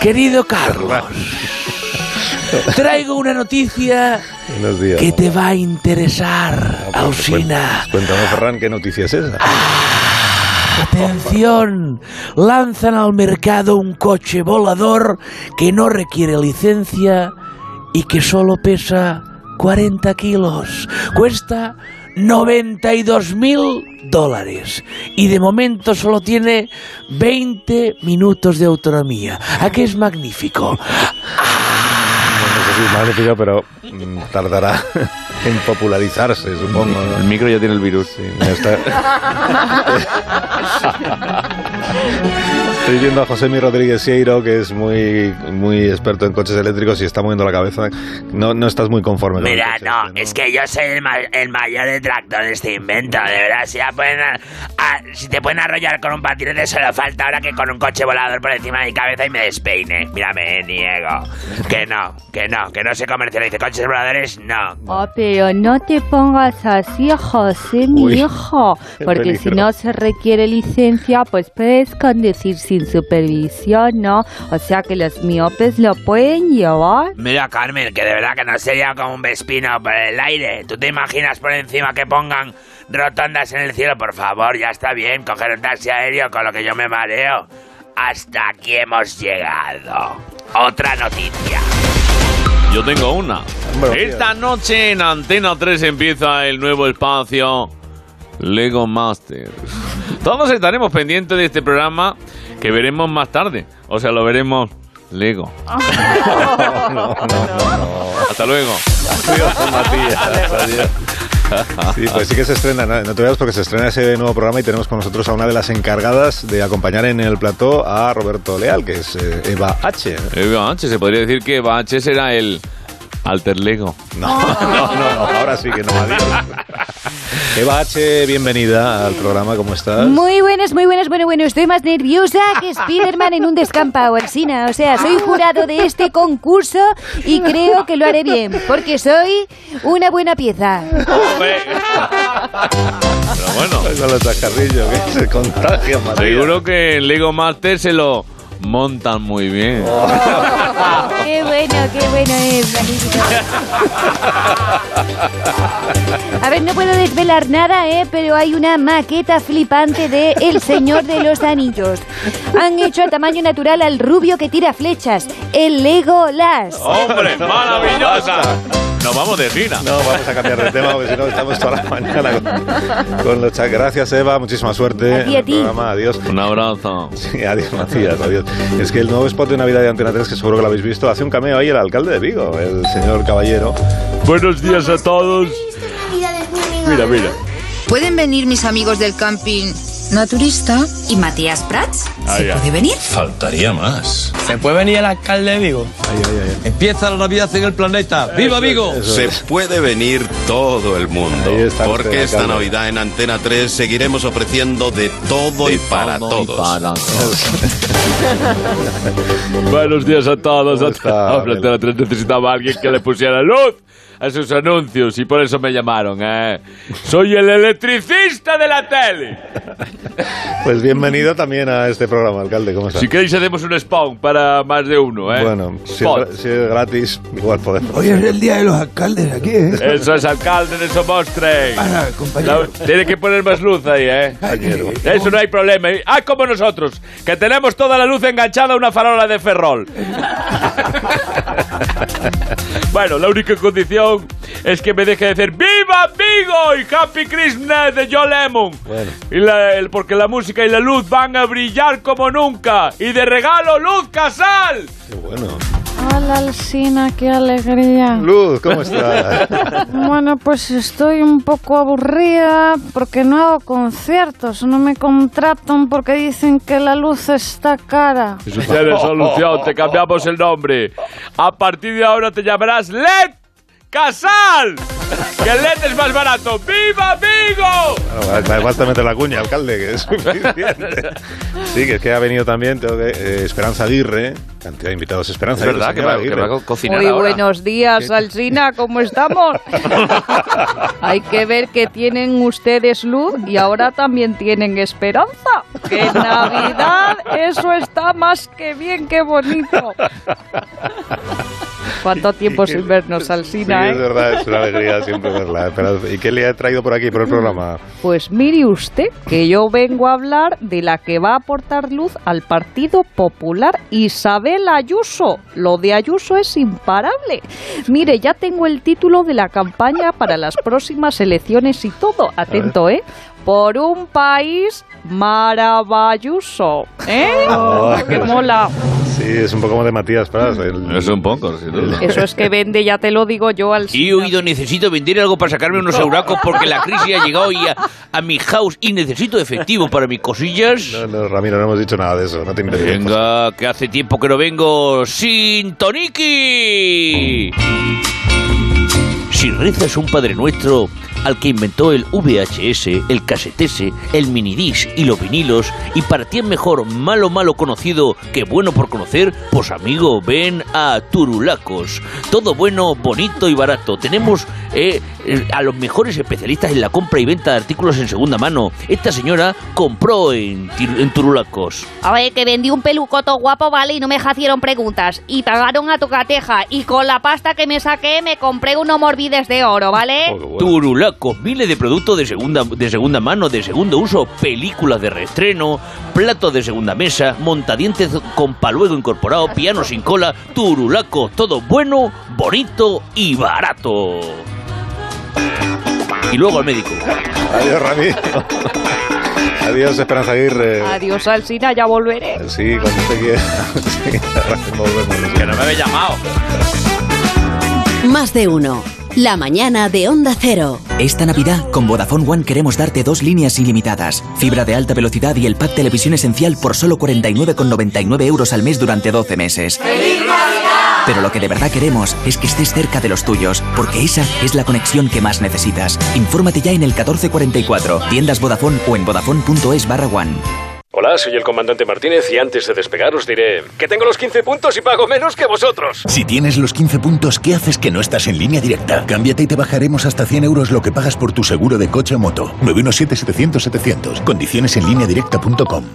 Querido Carlos, traigo una noticia que te va a interesar, Alsina. Cuéntame, Ferran, ¿qué noticia es esa? Atención, lanzan al mercado un coche volador que no requiere licencia y que solo pesa 40 kilos. Cuesta $92.000 y de momento solo tiene 20 minutos de autonomía. ¿A qué es magnífico? No sé si es magnífico, pero tardará en popularizarse, supongo, ¿no? El micro ya tiene el virus. Sí, Estoy viendo a Josemi Rodríguez Sieiro, que es muy experto en coches eléctricos y está moviendo la cabeza. No estás muy conforme con Mira, el coche no, es que yo soy el mayor detractor de este invento, de verdad. Si te pueden arrollar con un patinete, solo falta ahora que con un coche volador por encima de mi cabeza y me despeine. Mira, me niego. Que no se comercialice coches voladores, no. Oh, pero no te pongas así, José, mi hijo, porque si no se requiere licencia, pues puedes conducir sin supervisión, ¿no? O sea que los miopes lo pueden llevar. Mira, Carmen, que de verdad que no sería como un vespino por el aire. ¿Tú te imaginas por encima que pongan rotondas en el cielo? Por favor, ya está bien, coger un taxi aéreo con lo que yo me mareo. Hasta aquí hemos llegado. Otra noticia. Yo tengo una. Esta noche en Antena 3 empieza el nuevo espacio Lego Masters. Todos estaremos pendientes de este programa que veremos más tarde. O sea, lo veremos Lego. No. Hasta luego. Adiós, Matías. Adiós. Sí, pues sí que se estrena, no te veas porque se estrena ese nuevo programa y tenemos con nosotros a una de las encargadas de acompañar en el plató a Roberto Leal, que es Eva H. Eva H, se podría decir que Eva H será el alter Lego. No, ahora sí que no, adiós. Eva H, bienvenida al programa, ¿cómo estás? Muy buenas, bueno, estoy más nerviosa que Spiderman en un descampado, Alsina. O sea, soy jurado de este concurso y creo que lo haré bien, porque soy una buena pieza. Pero bueno. Con los chascarrillos, que se contagian, Matías. Seguro que en Lego Master se lo montan muy bien. Qué bueno es, magnífico. A ver, no puedo desvelar nada, pero hay una maqueta flipante de El Señor de los Anillos. Han hecho a tamaño natural al rubio que tira flechas, el Legolas. ¡Hombre, maravillosa! Nos vamos de gira. No, vamos a cambiar de tema porque si no estamos toda la mañana con los chats. Gracias, Eva, muchísima suerte. A ti, a ti. Programa. Adiós. Un abrazo. Sí, adiós, Matías, adiós. Es que el nuevo spot de Navidad de Antena 3, que seguro que lo habéis visto, hace un cameo ahí el alcalde de Vigo, el señor Caballero. Buenos días a todos. Mira. ¿Pueden venir mis amigos del camping Naturista y Matías Prats? ¿Se puede venir? Faltaría más. ¿Se puede venir el alcalde de Vigo? Ay. Empieza la Navidad en el planeta. ¡Viva Vigo! Se puede venir todo el mundo. Porque esta Navidad en Antena 3 seguiremos ofreciendo de todo y para todos. Buenos días a todos. Antena 3 necesitaba a alguien que le pusiera luz a sus anuncios y por eso me llamaron, Soy el electricista de la tele. Pues bienvenido también a este programa, alcalde, ¿cómo estás? Si queréis hacemos un spawn para más de uno, Bueno, si es gratis, igual podemos. Hoy es el día de los alcaldes aquí, Eso es, alcalde, de somos tres. Compañero. Tiene que poner más luz ahí, Eso no hay problema. Como nosotros, que tenemos toda la luz enganchada a una farola de ferrol. Bueno, la única condición es que me deje de decir ¡Viva Vigo! Y Happy Christmas de John Lemon. Bueno. Porque la música y la luz van a brillar como nunca. Y de regalo, Luz Casal. Qué bueno. Hola, Alsina, qué alegría. Luz, ¿cómo estás? Bueno, pues estoy un poco aburrida porque no hago conciertos, no me contratan porque dicen que la luz está cara. Eso tiene solución, te cambiamos el nombre. A partir de ahora te llamarás LED ¡Casal! ¡Que el LED es más barato! ¡Viva Vigo! Bueno, basta meter la cuña, alcalde, que es suficiente. Sí, que es que ha venido también Esperanza Aguirre, cantidad de invitados. Esperanza Aguirre. Es verdad, que va a cocinar Muy ahora. buenos días, Alsina, ¿cómo estamos? Hay que ver que tienen ustedes luz y ahora también tienen esperanza. ¡Qué Navidad! Eso está más que bien, qué bonito. ¿Cuánto tiempo sin vernos, Alsina? Sí, es verdad, es una alegría siempre verla. ¿Y qué le ha traído por aquí, por el programa? Pues mire usted, que yo vengo a hablar de la que va a aportar luz al Partido Popular, Isabel Ayuso. Lo de Ayuso es imparable. Mire, ya tengo el título de la campaña para las próximas elecciones y todo. Atento, ¿eh? Por un país maravilloso. ¿Eh? Oh, ¡Qué mola! Sí, es un poco como de Matías Prats. Es un poco, sí. Eso es que vende, ya te lo digo yo, al Y he oído, necesito vender algo para sacarme unos euracos porque la crisis ha llegado ya a mi house y necesito efectivo para mis cosillas. No, Ramiro, no hemos dicho nada de eso, no te inventes. Venga, que hace tiempo que no vengo sin Toniki. Si rezas un Padre Nuestro al que inventó el VHS, el casetese, el minidisc y los vinilos, y para ti es mejor malo conocido que bueno por conocer, pues amigo, ven a Turulacos. Todo bueno, bonito y barato. Tenemos a los mejores especialistas en la compra y venta de artículos en segunda mano. Esta señora compró en Turulacos. A ver, que vendí un pelucoto guapo, ¿vale? Y no me hicieron preguntas. Y pagaron a tocateja. Y con la pasta que me saqué me compré unos morbides de oro, ¿vale? Oh, bueno. Turulacos, miles de productos de segunda mano, de segundo uso, películas de reestreno, platos de segunda mesa, montadientes con paluego incorporado, piano sin cola. Turulacos, todo bueno, bonito y barato. Y luego al médico. Adiós, Ramiro. Adiós, Esperanza Aguirre. Adiós, Alsina, ya volveré. Sí, cuando usted quiera. Sí, volvemos. Que no me habéis llamado. Más de uno. La mañana de Onda Cero. Esta Navidad, con Vodafone One queremos darte 2 líneas ilimitadas, fibra de alta velocidad y el pack Televisión Esencial por solo 49,99 euros al mes durante 12 meses. ¡Feliz Navidad! Pero lo que de verdad queremos es que estés cerca de los tuyos, porque esa es la conexión que más necesitas. Infórmate ya en el 1444, tiendas Vodafone o en vodafone.es/one. Hola, soy el comandante Martínez y antes de despegar os diré que tengo los 15 puntos y pago menos que vosotros. Si tienes los 15 puntos, ¿qué haces que no estás en Línea Directa? Cámbiate y te bajaremos hasta 100 euros lo que pagas por tu seguro de coche o moto. 917-700-700. Condiciones en lineadirecta.com.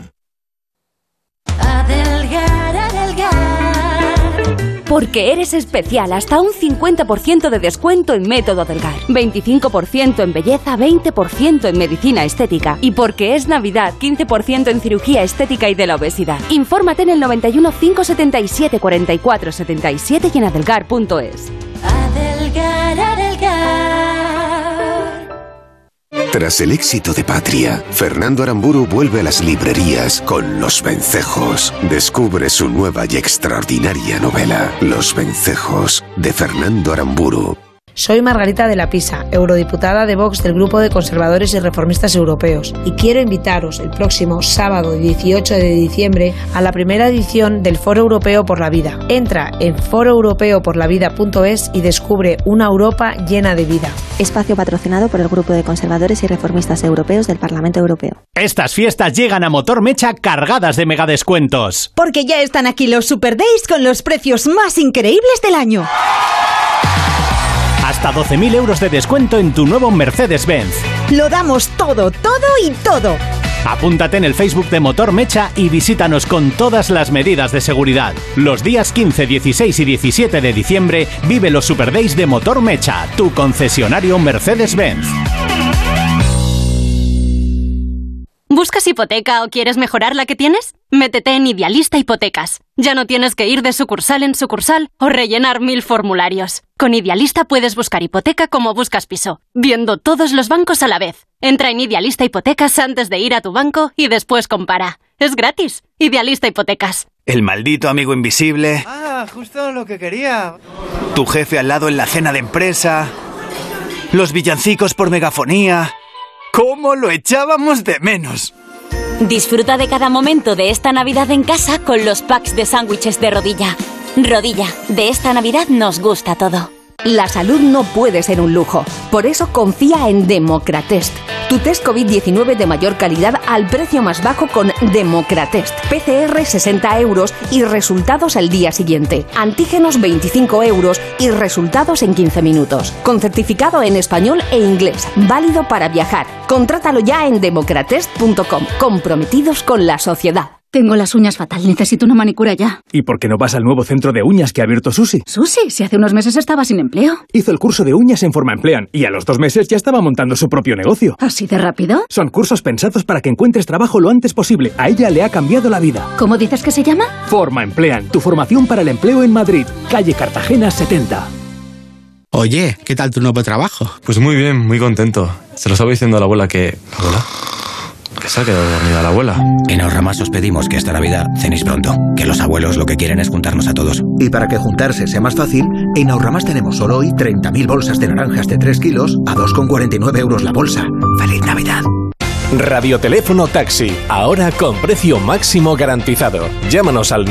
Porque eres especial, hasta un 50% de descuento en Método Adelgar, 25% en belleza, 20% en medicina estética. Y porque es Navidad, 15% en cirugía estética y de la obesidad. Infórmate en el 91 577 44 77 y en adelgar.es. Adelgar, Adelgar. Tras el éxito de Patria, Fernando Aramburu vuelve a las librerías con Los Vencejos. Descubre su nueva y extraordinaria novela, Los Vencejos, de Fernando Aramburu. Soy Margarita de la Pisa, eurodiputada de Vox del Grupo de Conservadores y Reformistas Europeos, y quiero invitaros el próximo sábado 18 de diciembre a la primera edición del Foro Europeo por la Vida. Entra en foroeuropeoporlavida.es y descubre una Europa llena de vida. Espacio patrocinado por el Grupo de Conservadores y Reformistas Europeos del Parlamento Europeo. Estas fiestas llegan a Motor Mecha cargadas de megadescuentos. Porque ya están aquí los Super Days con los precios más increíbles del año. Hasta 12.000 euros de descuento en tu nuevo Mercedes-Benz. Lo damos todo, todo y todo. Apúntate en el Facebook de Motor Mecha y visítanos con todas las medidas de seguridad. Los días 15, 16 y 17 de diciembre vive los Super Days de Motor Mecha, tu concesionario Mercedes-Benz. ¿Buscas hipoteca o quieres mejorar la que tienes? Métete en Idealista Hipotecas. Ya no tienes que ir de sucursal en sucursal o rellenar 1000 formularios. Con Idealista puedes buscar hipoteca como buscas piso, viendo todos los bancos a la vez. Entra en Idealista Hipotecas antes de ir a tu banco y después compara. Es gratis. Idealista Hipotecas. El maldito amigo invisible. Ah, justo lo que quería. Tu jefe al lado en la cena de empresa. Los villancicos por megafonía. ¿Cómo lo echábamos de menos? Disfruta de cada momento de esta Navidad en casa con los packs de sándwiches de Rodilla. Rodilla, de esta Navidad nos gusta todo. La salud no puede ser un lujo. Por eso confía en Democratest. Tu test COVID-19 de mayor calidad al precio más bajo con Democratest. PCR 60 euros y resultados al día siguiente. Antígenos 25 euros y resultados en 15 minutos. Con certificado en español e inglés. Válido para viajar. Contrátalo ya en democratest.com. Comprometidos con la sociedad. Tengo las uñas fatal, necesito una manicura ya. ¿Y por qué no vas al nuevo centro de uñas que ha abierto Susi? ¿Susi? Si hace unos meses estaba sin empleo. Hizo el curso de uñas en Forma Emplean y a los 2 meses ya estaba montando su propio negocio. ¿Así de rápido? Son cursos pensados para que encuentres trabajo lo antes posible. A ella le ha cambiado la vida. ¿Cómo dices que se llama? Forma Emplean, tu formación para el empleo en Madrid. Calle Cartagena 70. Oye, ¿qué tal tu nuevo trabajo? Pues muy bien, muy contento. Se lo estaba diciendo a la abuela que... ¿Abuela? Que se ha quedado dormida la abuela. En Ahorramás os pedimos que esta Navidad cenéis pronto, que los abuelos lo que quieren es juntarnos a todos. Y para que juntarse sea más fácil, en Ahorramás tenemos solo hoy 30.000 bolsas de naranjas de 3 kilos a 2,49 euros la bolsa. ¡Feliz Navidad! Radioteléfono Taxi, ahora con precio máximo garantizado. Llámanos al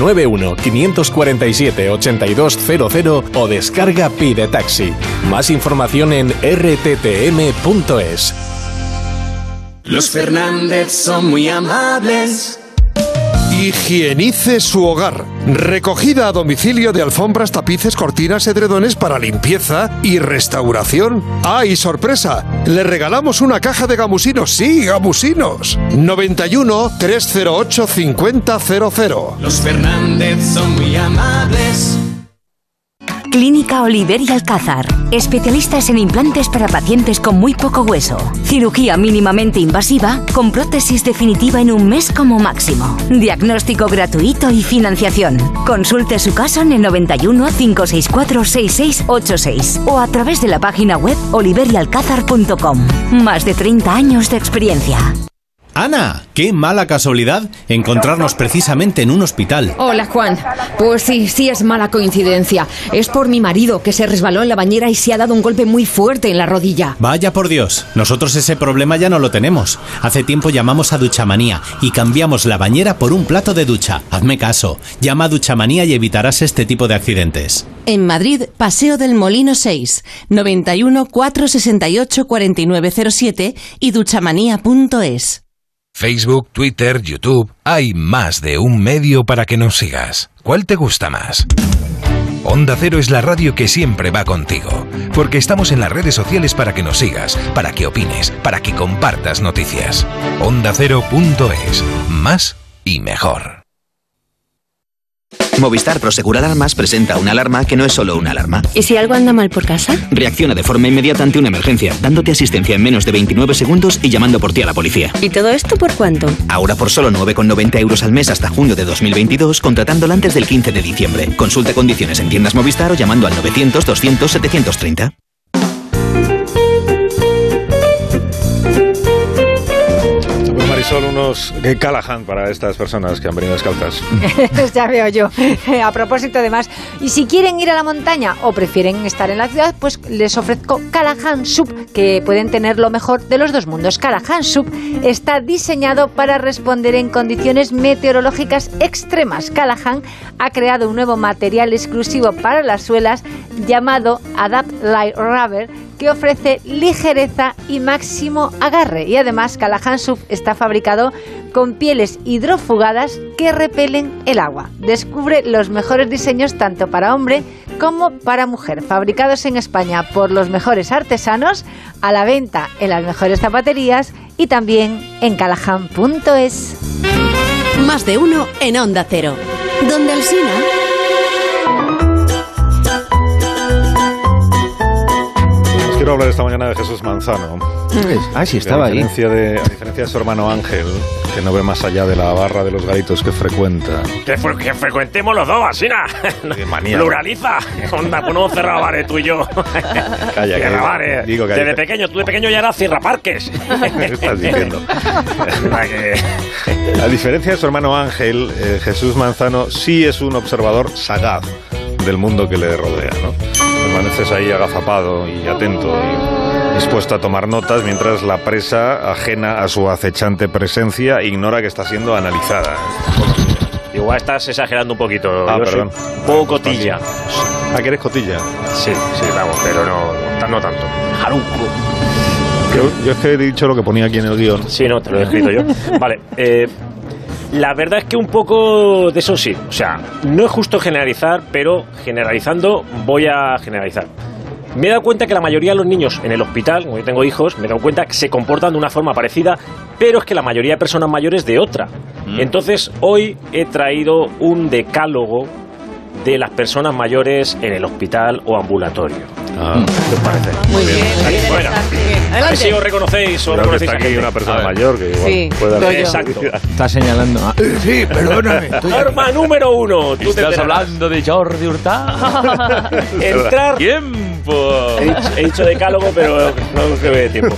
91-547-8200 o descarga Pide Taxi. Más información en rttm.es. Los Fernández son muy amables. Higienice su hogar. Recogida a domicilio de alfombras, tapices, cortinas, edredones para limpieza y restauración. ¡Ah, y sorpresa! Le regalamos una caja de gamusinos. ¡Sí, gamusinos! 91-308-5000. Los Fernández son muy amables. Clínica Oliver y Alcázar. Especialistas en implantes para pacientes con muy poco hueso. Cirugía mínimamente invasiva con prótesis definitiva en un mes como máximo. Diagnóstico gratuito y financiación. Consulte su caso en el 91 564 6686 o a través de la página web oliverialcázar.com. Más de 30 años de experiencia. Ana, qué mala casualidad encontrarnos precisamente en un hospital. Hola, Juan. Pues sí es mala coincidencia. Es por mi marido, que se resbaló en la bañera y se ha dado un golpe muy fuerte en la rodilla. Vaya por Dios, nosotros ese problema ya no lo tenemos. Hace tiempo llamamos a Duchamanía y cambiamos la bañera por un plato de ducha. Hazme caso, llama a Duchamanía y evitarás este tipo de accidentes. En Madrid, Paseo del Molino 6, 91 468 4907 y duchamanía.es. Facebook, Twitter, YouTube, hay más de un medio para que nos sigas. ¿Cuál te gusta más? Onda Cero es la radio que siempre va contigo, porque estamos en las redes sociales para que nos sigas, para que opines, para que compartas noticias. OndaCero.es. Más y mejor. Movistar Prosegur Alarmas presenta una alarma que no es solo una alarma. ¿Y si algo anda mal por casa? Reacciona de forma inmediata ante una emergencia, dándote asistencia en menos de 29 segundos y llamando por ti a la policía. ¿Y todo esto por cuánto? Ahora por solo 9,90 euros al mes hasta junio de 2022, contratándola antes del 15 de diciembre. Consulta condiciones en tiendas Movistar o llamando al 900 200 730. Marisol, unos Callahan para estas personas que han venido descalzas. Ya veo yo. A propósito, además, y si quieren ir a la montaña o prefieren estar en la ciudad, pues les ofrezco Callahan Sub, que pueden tener lo mejor de los dos mundos. Callahan Sub está diseñado para responder en condiciones meteorológicas extremas. Callahan ha creado un nuevo material exclusivo para las suelas llamado Adapt Light Rubber, que ofrece ligereza y máximo agarre. Y además Callahan Sub está fabricado con pieles hidrofugadas que repelen el agua. Descubre los mejores diseños tanto para hombre como para mujer, fabricados en España por los mejores artesanos, a la venta en las mejores zapaterías y también en callahan.es. Más de uno en Onda Cero. Donde Alsina. Quiero hablar esta mañana de Jesús Manzano. Sí, estaba a diferencia de su hermano Ángel, que no ve más allá de la barra de los garitos que frecuenta. Que frecuentemos los dos, Asina. Pluraliza. Onda, pues no cerrar bares tú y yo. Calla, cierra bares. Digo que desde pequeño, tú de pequeño ya eras cierra parques. ¿Qué estás diciendo? A diferencia de su hermano Ángel, Jesús Manzano sí es un observador sagaz del mundo que le rodea, ¿no? Permaneces ahí agazapado y atento y dispuesto a tomar notas mientras la presa, ajena a su acechante presencia, ignora que está siendo analizada. igual estás exagerando un poquito. Ah, Yo perdón. soy un poco cotilla. ¿Ah, que eres cotilla? Sí, vamos, pero no tanto. Jaruco. Yo es que he dicho lo que ponía aquí en el guión. Sí, no, te lo he escrito yo. Vale, la verdad es que un poco de eso sí. O sea, no es justo generalizar, pero generalizando voy a generalizar. Me he dado cuenta que la mayoría de los niños en el hospital, como yo tengo hijos, me he dado cuenta que se comportan de una forma parecida, pero es que la mayoría de personas mayores de otra. Entonces, hoy he traído un decálogo de las personas mayores en el hospital o ambulatorio. ¿Qué os parece? Muy bien. Bueno, a ver si os reconocéis o Creo que reconocéis está a aquí gente. una persona mayor que igual Sí, puede haber... Exacto. Está señalando. Sí, perdóname. Norma número 1. Tú ¿Estás hablando de Jordi Hurtado? Entrar... ¡Tiempo! He dicho decálogo, pero no creo que dé tiempo.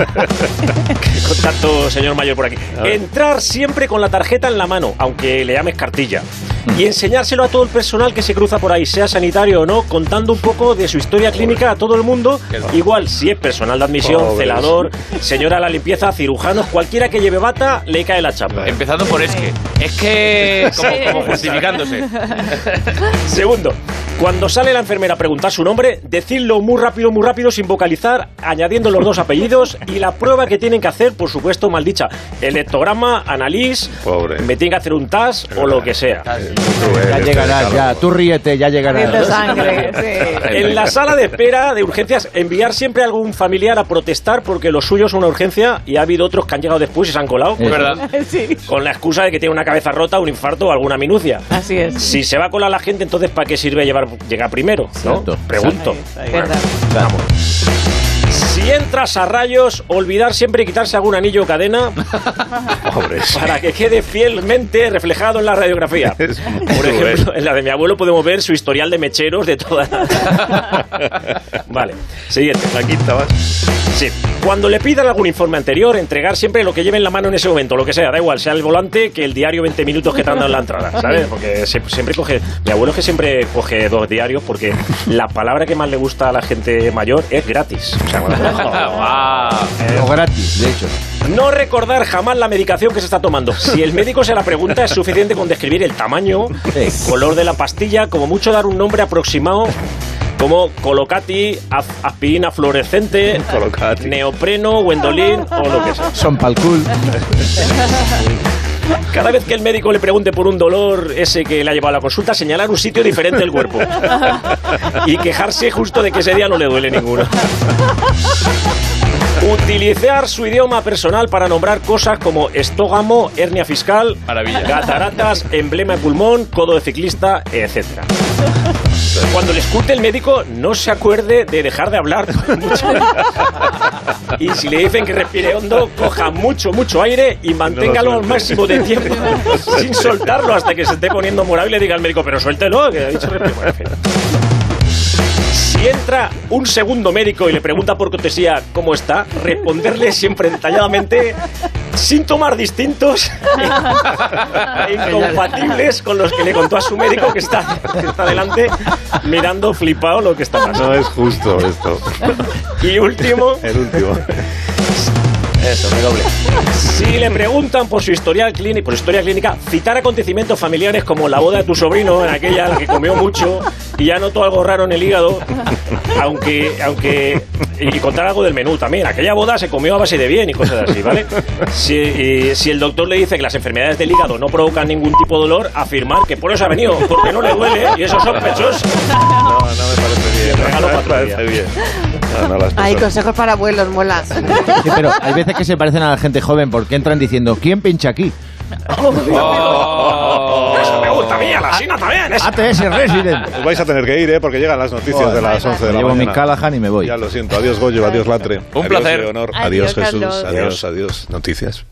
Con tanto señor mayor por aquí. Entrar siempre con la tarjeta en la mano, aunque le llames cartilla. Y enseñárselo a todo el personal que se cruza por ahí, sea sanitario o no, contando un poco de su historia clínica a todo el mundo. Igual, si es personal de admisión, Pobres. celador, señora de la limpieza, cirujanos, cualquiera que lleve bata, le cae la chapa. Empezando por es que como justificándose. Segundo, cuando sale la enfermera a preguntar su nombre, decidlo muy rápido, sin vocalizar, añadiendo los 2 apellidos y la prueba que tienen que hacer, por supuesto, maldicha. Electrograma, analiz, Pobre. me tienen que hacer un TAS o lo que sea. Ya llegarás, ya. Tú ríete, ya llegarás. Sangre, sí. En la sala de espera de urgencias, enviar siempre a algún familiar a protestar porque lo suyo es una urgencia y ha habido otros que han llegado después y se han colado. Es verdad. Sí, Con la excusa de que tiene una cabeza rota, un infarto o alguna minucia. así es. Si se va a colar la gente, entonces ¿para qué sirve llegar primero? ¿No? Cierto. Pregunto. Verdad. Vamos. Si entras a rayos, olvidar siempre quitarse algún anillo o cadena para que quede fielmente reflejado en la radiografía. Por ejemplo, en la de mi abuelo podemos ver su historial de mecheros de toda la... Vale, siguiente. La quinta vas. Sí. Cuando le pidan algún informe anterior, entregar siempre lo que lleve en la mano en ese momento, lo que sea, da igual, sea el volante que el diario 20 minutos que te han dado en la entrada, ¿sabes? Porque siempre coge... Mi abuelo es que siempre coge 2 diarios porque la palabra que más le gusta a la gente mayor es gratis. O sea, O gratis, de hecho. no recordar jamás la medicación que se está tomando. Si el médico se la pregunta, es suficiente con describir el tamaño, color de la pastilla, como mucho dar un nombre aproximado como Colocati, aspirina fluorescente, neopreno, Wendolin o lo que sea. Son palcul. Cada vez que el médico le pregunte por un dolor ese que le ha llevado a la consulta, señalar un sitio diferente del cuerpo y quejarse justo de que ese día no le duele ninguno. Utilizar su idioma personal para nombrar cosas como estógamo, hernia fiscal, cataratas, emblema de pulmón, codo de ciclista, etc. Cuando le escute el médico, no se acuerde de dejar de hablar mucho. Y si le dicen que respire hondo, coja mucho aire y manténgalo al máximo de tiempo sin soltarlo hasta que se esté poniendo morado y le diga al médico, pero suéltelo, que ha dicho respire. Bueno, en fin. Si entra un segundo médico y le pregunta por cortesía cómo está, responderle siempre detalladamente síntomas distintos e incompatibles con los que le contó a su médico que está delante mirando flipado lo que está pasando. No es justo esto. Y último... El último. Eso, me doble. Si le preguntan por su historia clínica, citar acontecimientos familiares como la boda de tu sobrino, en aquella en la que comió mucho y ya notó algo raro en el hígado, aunque y contar algo del menú también. Aquella boda se comió a base de bien y cosas así, ¿vale? Si el doctor le dice que las enfermedades del hígado no provocan ningún tipo de dolor, afirmar que por eso ha venido, porque no le duele y eso es sospechoso. No me parece bien. Regalo No me para otro parece día. bien. No, las Hay cosas. consejos para abuelos, mola. Sí, pero hay veces que se parecen a la gente joven porque entran diciendo, ¿quién pincha aquí? Eso me gusta a mí, a la Sina también. ATS Resident. Os vais a tener que ir, porque llegan las noticias de las 11 de la Llevo mañana. mi Callahan y me voy. Ya lo siento. Adiós, Goyo. Adiós, Latre. Un adiós, placer. Leonor. Adiós, Adiós, Jesús. Carlos. Adiós. Noticias.